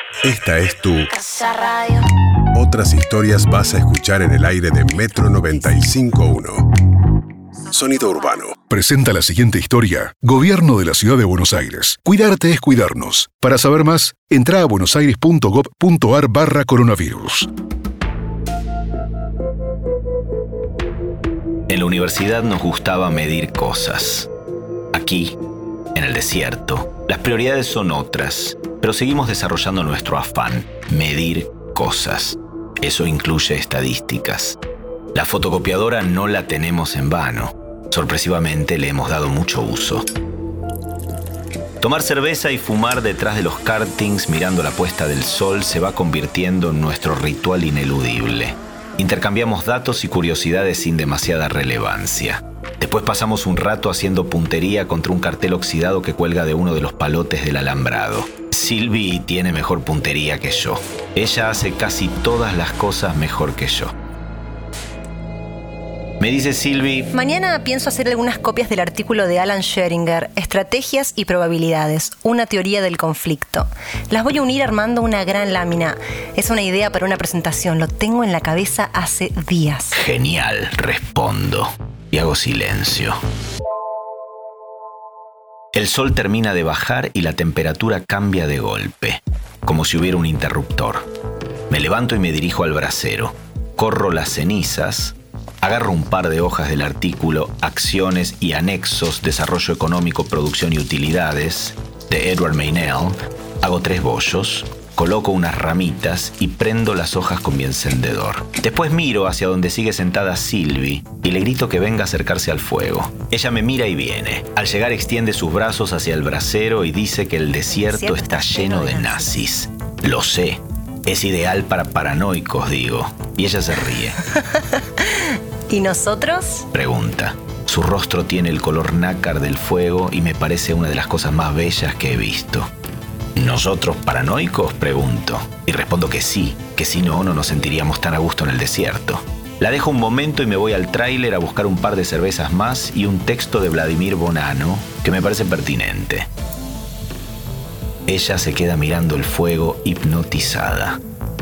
Esta es tu Casa Radio. Otras historias vas a escuchar en el aire de Metro 95.1. Sonido Urbano. Presenta la siguiente historia. Gobierno de la Ciudad de Buenos Aires. Cuidarte es cuidarnos. Para saber más, entra a buenosaires.gov.ar/coronavirus. En la universidad nos gustaba medir cosas. Aquí, en el desierto, las prioridades son otras, pero seguimos desarrollando nuestro afán, medir cosas. Eso incluye estadísticas. La fotocopiadora no la tenemos en vano. Sorpresivamente le hemos dado mucho uso. Tomar cerveza y fumar detrás de los kartings mirando la puesta del sol se va convirtiendo en nuestro ritual ineludible. Intercambiamos datos y curiosidades sin demasiada relevancia. Después pasamos un rato haciendo puntería contra un cartel oxidado que cuelga de uno de los palotes del alambrado. Silvi tiene mejor puntería que yo. Ella hace casi todas las cosas mejor que yo. Me dice Silvi: mañana pienso hacer algunas copias del artículo de Alan Scheringer, Estrategias y probabilidades, una teoría del conflicto. Las voy a unir armando una gran lámina. Es una idea para una presentación, lo tengo en la cabeza hace días. Genial, respondo y hago silencio. El sol termina de bajar y la temperatura cambia de golpe, como si hubiera un interruptor. Me levanto y me dirijo al brasero. Corro las cenizas. Agarro un par de hojas del artículo Acciones y anexos, desarrollo económico, producción y utilidades de Edward Meynell. Hago 3 bollos, coloco unas ramitas y prendo las hojas con mi encendedor. Después miro hacia donde sigue sentada Silvi y le grito que venga a acercarse al fuego. Ella me mira y viene. Al llegar extiende sus brazos hacia el brasero y dice que el desierto está lleno de nazis. Lo sé. Es ideal para paranoicos, digo. Y ella se ríe. ¿Y nosotros? Pregunta. Su rostro tiene el color nácar del fuego y me parece una de las cosas más bellas que he visto. ¿Nosotros paranoicos? Pregunto. Y respondo que sí, que si no, no nos sentiríamos tan a gusto en el desierto. La dejo un momento y me voy al tráiler a buscar un par de cervezas más y un texto de Vladimir Bonanno que me parece pertinente. Ella se queda mirando el fuego hipnotizada.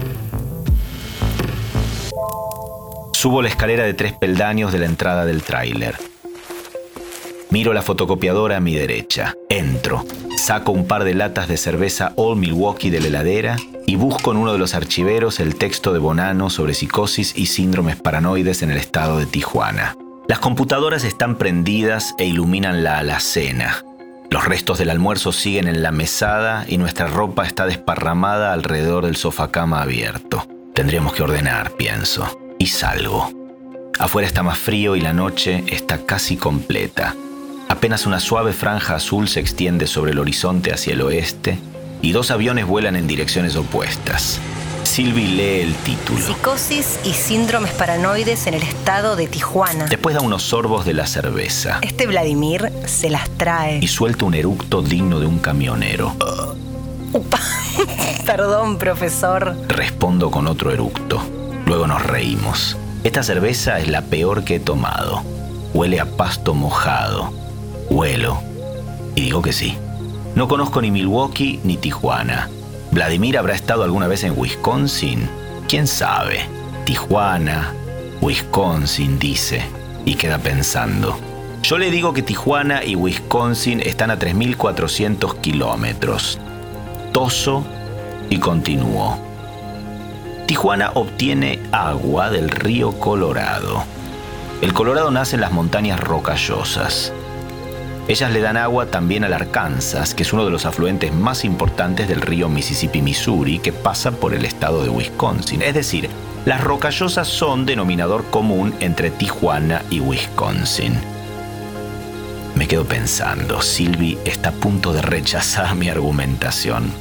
Subo la escalera de 3 peldaños de la entrada del tráiler. Miro la fotocopiadora a mi derecha. Entro. Saco un par de latas de cerveza Old Milwaukee de la heladera y busco en uno de los archiveros el texto de Bonanno sobre psicosis y síndromes paranoides en el estado de Tijuana. Las computadoras están prendidas e iluminan la alacena. Los restos del almuerzo siguen en la mesada y nuestra ropa está desparramada alrededor del sofá-cama abierto. Tendríamos que ordenar, pienso. Y salgo. Afuera está más frío y la noche está casi completa. Apenas una suave franja azul se extiende sobre el horizonte hacia el oeste y 2 aviones vuelan en direcciones opuestas. Silvi lee el título. Psicosis y síndromes paranoides en el estado de Tijuana. Después da unos sorbos de la cerveza. Este Vladimir se las trae. Y suelta un eructo digno de un camionero. Upa. Perdón, profesor. Respondo con otro eructo. Luego nos reímos. Esta cerveza es la peor que he tomado. Huele a pasto mojado. Huelo. Y digo que sí. No conozco ni Milwaukee ni Tijuana. ¿Vladimir habrá estado alguna vez en Wisconsin? ¿Quién sabe? Tijuana, Wisconsin, dice. Y queda pensando. Yo le digo que Tijuana y Wisconsin están a 3.400 kilómetros. Toso y continúo. Tijuana obtiene agua del río Colorado. El Colorado nace en las montañas rocallosas. Ellas le dan agua también al Arkansas, que es uno de los afluentes más importantes del río Mississippi-Missouri, que pasa por el estado de Wisconsin. Es decir, las rocallosas son denominador común entre Tijuana y Wisconsin. Me quedo pensando, Silvi está a punto de rechazar mi argumentación.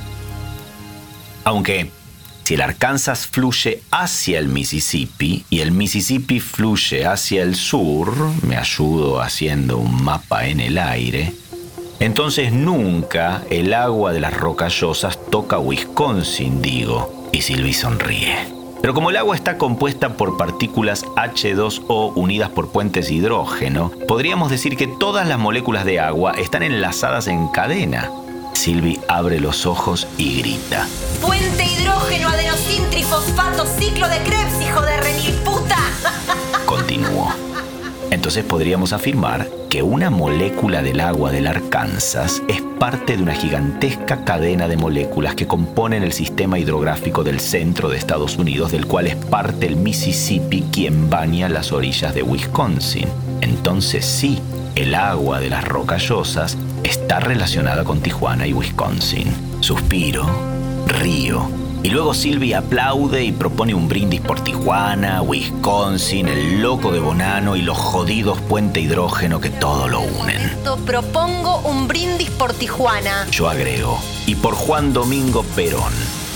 Aunque, si el Arkansas fluye hacia el Mississippi y el Mississippi fluye hacia el sur, me ayudo haciendo un mapa en el aire, entonces nunca el agua de las rocallosas toca Wisconsin, digo, y Silvi sonríe. Pero como el agua está compuesta por partículas H2O unidas por puentes de hidrógeno, podríamos decir que todas las moléculas de agua están enlazadas en cadena. Sylvie abre los ojos y grita. ¡Fuente hidrógeno, adenosín, trifosfato, ciclo de Krebs, hijo de remil puta! Continuó. Entonces podríamos afirmar que una molécula del agua del Arkansas es parte de una gigantesca cadena de moléculas que componen el sistema hidrográfico del centro de Estados Unidos, del cual es parte el Mississippi, quien baña las orillas de Wisconsin. Entonces sí, el agua de las Rocallosas está relacionada con Tijuana y Wisconsin. Suspiro, río. Y luego Sylvie aplaude y propone un brindis por Tijuana, Wisconsin, el loco de Bonano y los jodidos puente hidrógeno que todo lo unen. Propongo un brindis por Tijuana. Yo agrego, y por Juan Domingo Perón.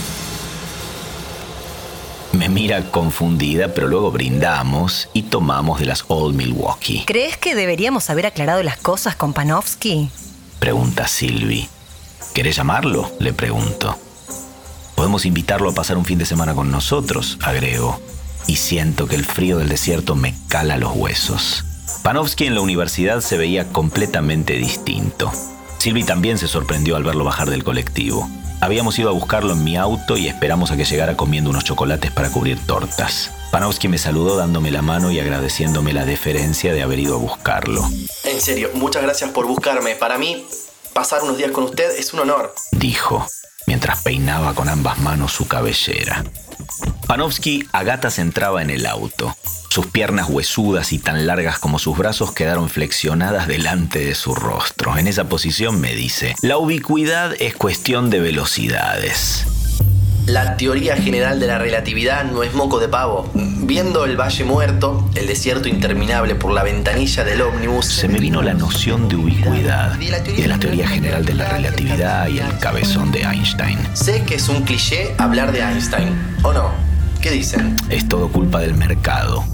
Me mira confundida, pero luego brindamos y tomamos de las Old Milwaukee. ¿Crees que deberíamos haber aclarado las cosas con Panofsky? Pregunta Sylvie. ¿Querés llamarlo?, le pregunto. Podemos invitarlo a pasar un fin de semana con nosotros, agrego, y siento que el frío del desierto me cala los huesos. Panofsky en la universidad se veía completamente distinto. Sylvie también se sorprendió al verlo bajar del colectivo. Habíamos ido a buscarlo en mi auto y esperamos a que llegara comiendo unos chocolates para cubrir tortas. Panofsky me saludó dándome la mano y agradeciéndome la deferencia de haber ido a buscarlo. En serio, muchas gracias por buscarme. Para mí, pasar unos días con usted es un honor, dijo, mientras peinaba con ambas manos su cabellera. Panofsky a gatas entraba en el auto. Sus piernas huesudas y tan largas como sus brazos quedaron flexionadas delante de su rostro. En esa posición me dice, la ubicuidad es cuestión de velocidades. La teoría general de la relatividad no es moco de pavo. Viendo el valle muerto, el desierto interminable por la ventanilla del ómnibus, se me vino la noción de ubicuidad y de la teoría general de la relatividad y el cabezón de Einstein. Sé que es un cliché hablar de Einstein, ¿o no? ¿Qué dicen? Es todo culpa del mercado.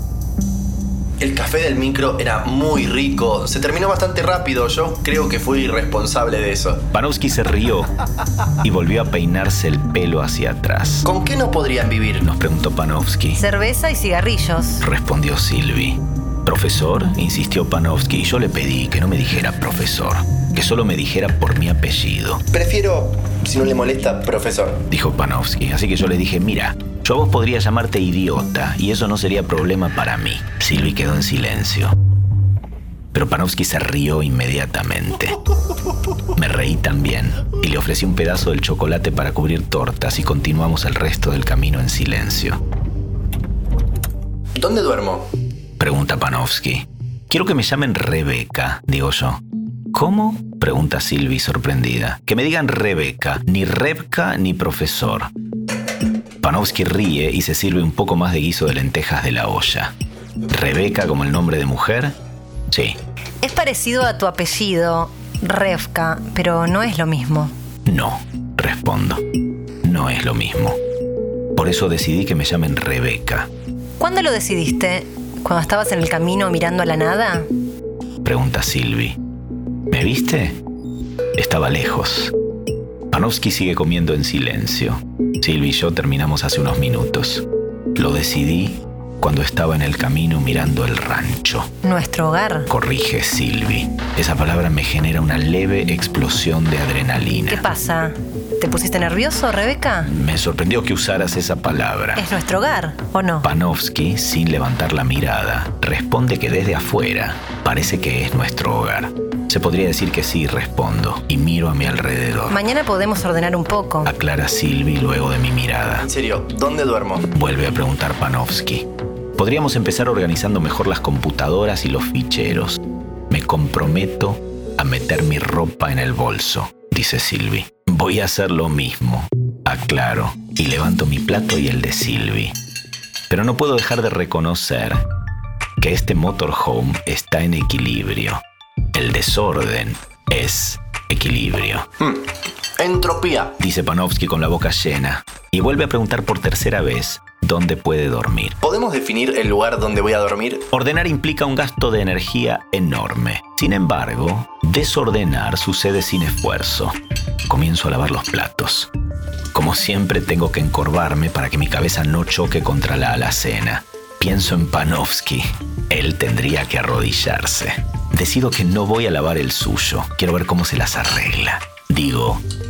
El café del micro era muy rico. Se terminó bastante rápido. Yo creo que fui responsable de eso. Panofsky se rió y volvió a peinarse el pelo hacia atrás. ¿Con qué no podrían vivir?, nos preguntó Panofsky. Cerveza y cigarrillos, respondió Sylvie. ¿Profesor?, insistió Panofsky, y yo le pedí que no me dijera profesor, que solo me dijera por mi apellido. Prefiero, si no le molesta, profesor, dijo Panofsky. Así que yo le dije, mira, yo a vos podría llamarte idiota y eso no sería problema para mí. Sylvie quedó en silencio. Pero Panofsky se rió inmediatamente. Me reí también y le ofrecí un pedazo del chocolate para cubrir tortas y continuamos el resto del camino en silencio. ¿Dónde duermo?, pregunta Panofsky. Quiero que me llamen Rebeca, digo yo. ¿Cómo?, pregunta Sylvie sorprendida. Que me digan Rebeca, ni Rebka ni profesor. Panofsky ríe y se sirve un poco más de guiso de lentejas de la olla. ¿Rebeca como el nombre de mujer? Sí. Es parecido a tu apellido, Revka, pero no es lo mismo. No, respondo. No es lo mismo. Por eso decidí que me llamen Rebeca. ¿Cuándo lo decidiste? ¿Cuando estabas en el camino mirando a la nada? Pregunta Sylvie. ¿Me viste? Estaba lejos. Panofsky sigue comiendo en silencio. Sylvie y yo terminamos hace unos minutos. Lo decidí cuando estaba en el camino mirando el rancho. ¿Nuestro hogar? Corrige Sylvie. Esa palabra me genera una leve explosión de adrenalina. ¿Qué pasa? ¿Te pusiste nervioso, Rebeca? Me sorprendió que usaras esa palabra. ¿Es nuestro hogar o no? Panofsky, sin levantar la mirada, responde que desde afuera parece que es nuestro hogar. Se podría decir que sí, respondo, y miro a mi alrededor. Mañana podemos ordenar un poco, aclara Sylvie luego de mi mirada. En serio, ¿dónde duermo?, vuelve a preguntar Panofsky. Podríamos empezar organizando mejor las computadoras y los ficheros. Me comprometo a meter mi ropa en el bolso, dice Sylvie. Voy a hacer lo mismo, aclaro, y levanto mi plato y el de Sylvie. Pero no puedo dejar de reconocer que este motorhome está en equilibrio. El desorden es equilibrio. Entropía, dice Panofsky con la boca llena, y vuelve a preguntar por tercera vez dónde puede dormir. ¿Podemos definir el lugar donde voy a dormir? Ordenar implica un gasto de energía enorme. Sin embargo, desordenar sucede sin esfuerzo. Comienzo a lavar los platos. Como siempre, tengo que encorvarme para que mi cabeza no choque contra la alacena. Pienso en Panofsky. Él tendría que arrodillarse. Decido que no voy a lavar el suyo. Quiero ver cómo se las arregla. Digo,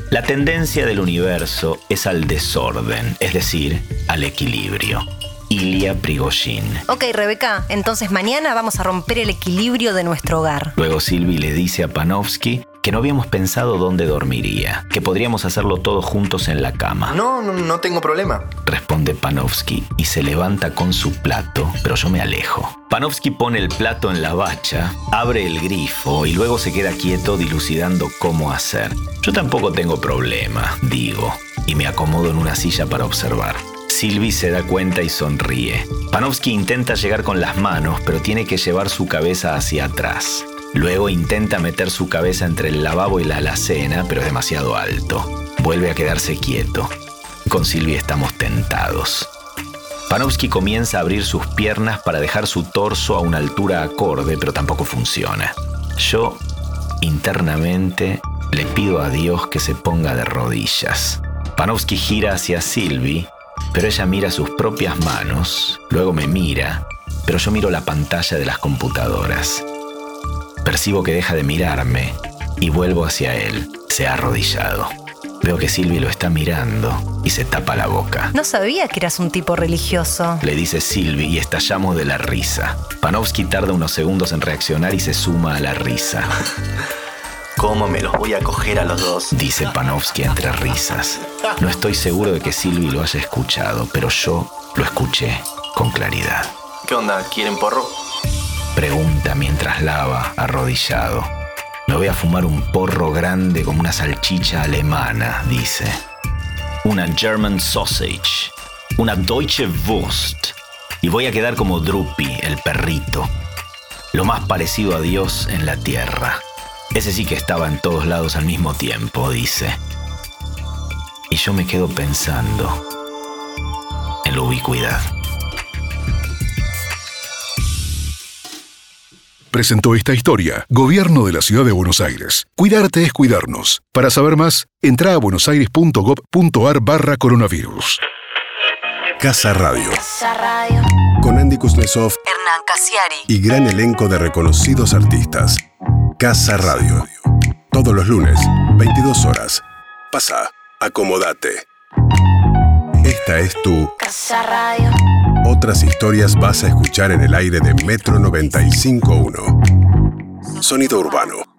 La tendencia del universo es al desorden, es decir, al equilibrio. Ilya Prigozhin. Ok, Rebeca, entonces mañana vamos a romper el equilibrio de nuestro hogar. Luego Sylvie le dice a Panofsky que no habíamos pensado dónde dormiría, que podríamos hacerlo todos juntos en la cama. No tengo problema. Responde Panofsky y se levanta con su plato, pero yo me alejo. Panofsky pone el plato en la bacha, abre el grifo y luego se queda quieto dilucidando cómo hacer. Yo tampoco tengo problema, digo, y me acomodo en una silla para observar. Sylvie se da cuenta y sonríe. Panofsky intenta llegar con las manos, pero tiene que llevar su cabeza hacia atrás. Luego intenta meter su cabeza entre el lavabo y la alacena, pero es demasiado alto. Vuelve a quedarse quieto. Con Sylvie estamos tentados. Panofsky comienza a abrir sus piernas para dejar su torso a una altura acorde, pero tampoco funciona. Yo, internamente, le pido a Dios que se ponga de rodillas. Panofsky gira hacia Sylvie, pero ella mira sus propias manos, luego me mira, pero yo miro la pantalla de las computadoras. Percibo que deja de mirarme y vuelvo hacia él. Se ha arrodillado. Veo que Sylvie lo está mirando y se tapa la boca. No sabía que eras un tipo religioso, le dice Sylvie y estallamos de la risa. Panofsky tarda unos segundos en reaccionar y se suma a la risa. ¿Cómo me los voy a coger a los dos? Dice Panofsky entre risas. No estoy seguro de que Sylvie lo haya escuchado, pero yo lo escuché con claridad. ¿Qué onda? ¿Quieren porro? Pregunta mientras lava, arrodillado. Me voy a fumar un porro grande como una salchicha alemana, dice. Una German Sausage. Una Deutsche Wurst. Y voy a quedar como Drupi, el perrito. Lo más parecido a Dios en la tierra. Ese sí que estaba en todos lados al mismo tiempo, dice. Y yo me quedo pensando en la ubicuidad. Presentó esta historia Gobierno de la Ciudad de Buenos Aires. Cuidarte es cuidarnos. Para saber más, entra a buenosaires.gov.ar/coronavirus. Casa Radio. Casa Radio. Con Andy Kuznetsov, Hernán Casiari. y gran elenco de reconocidos artistas. Casa Radio. Todos los lunes, 22 horas. Pasa, acomodate. Esta es tu Casa Radio. Otras historias vas a escuchar en el aire de Metro 95.1. Sonido urbano.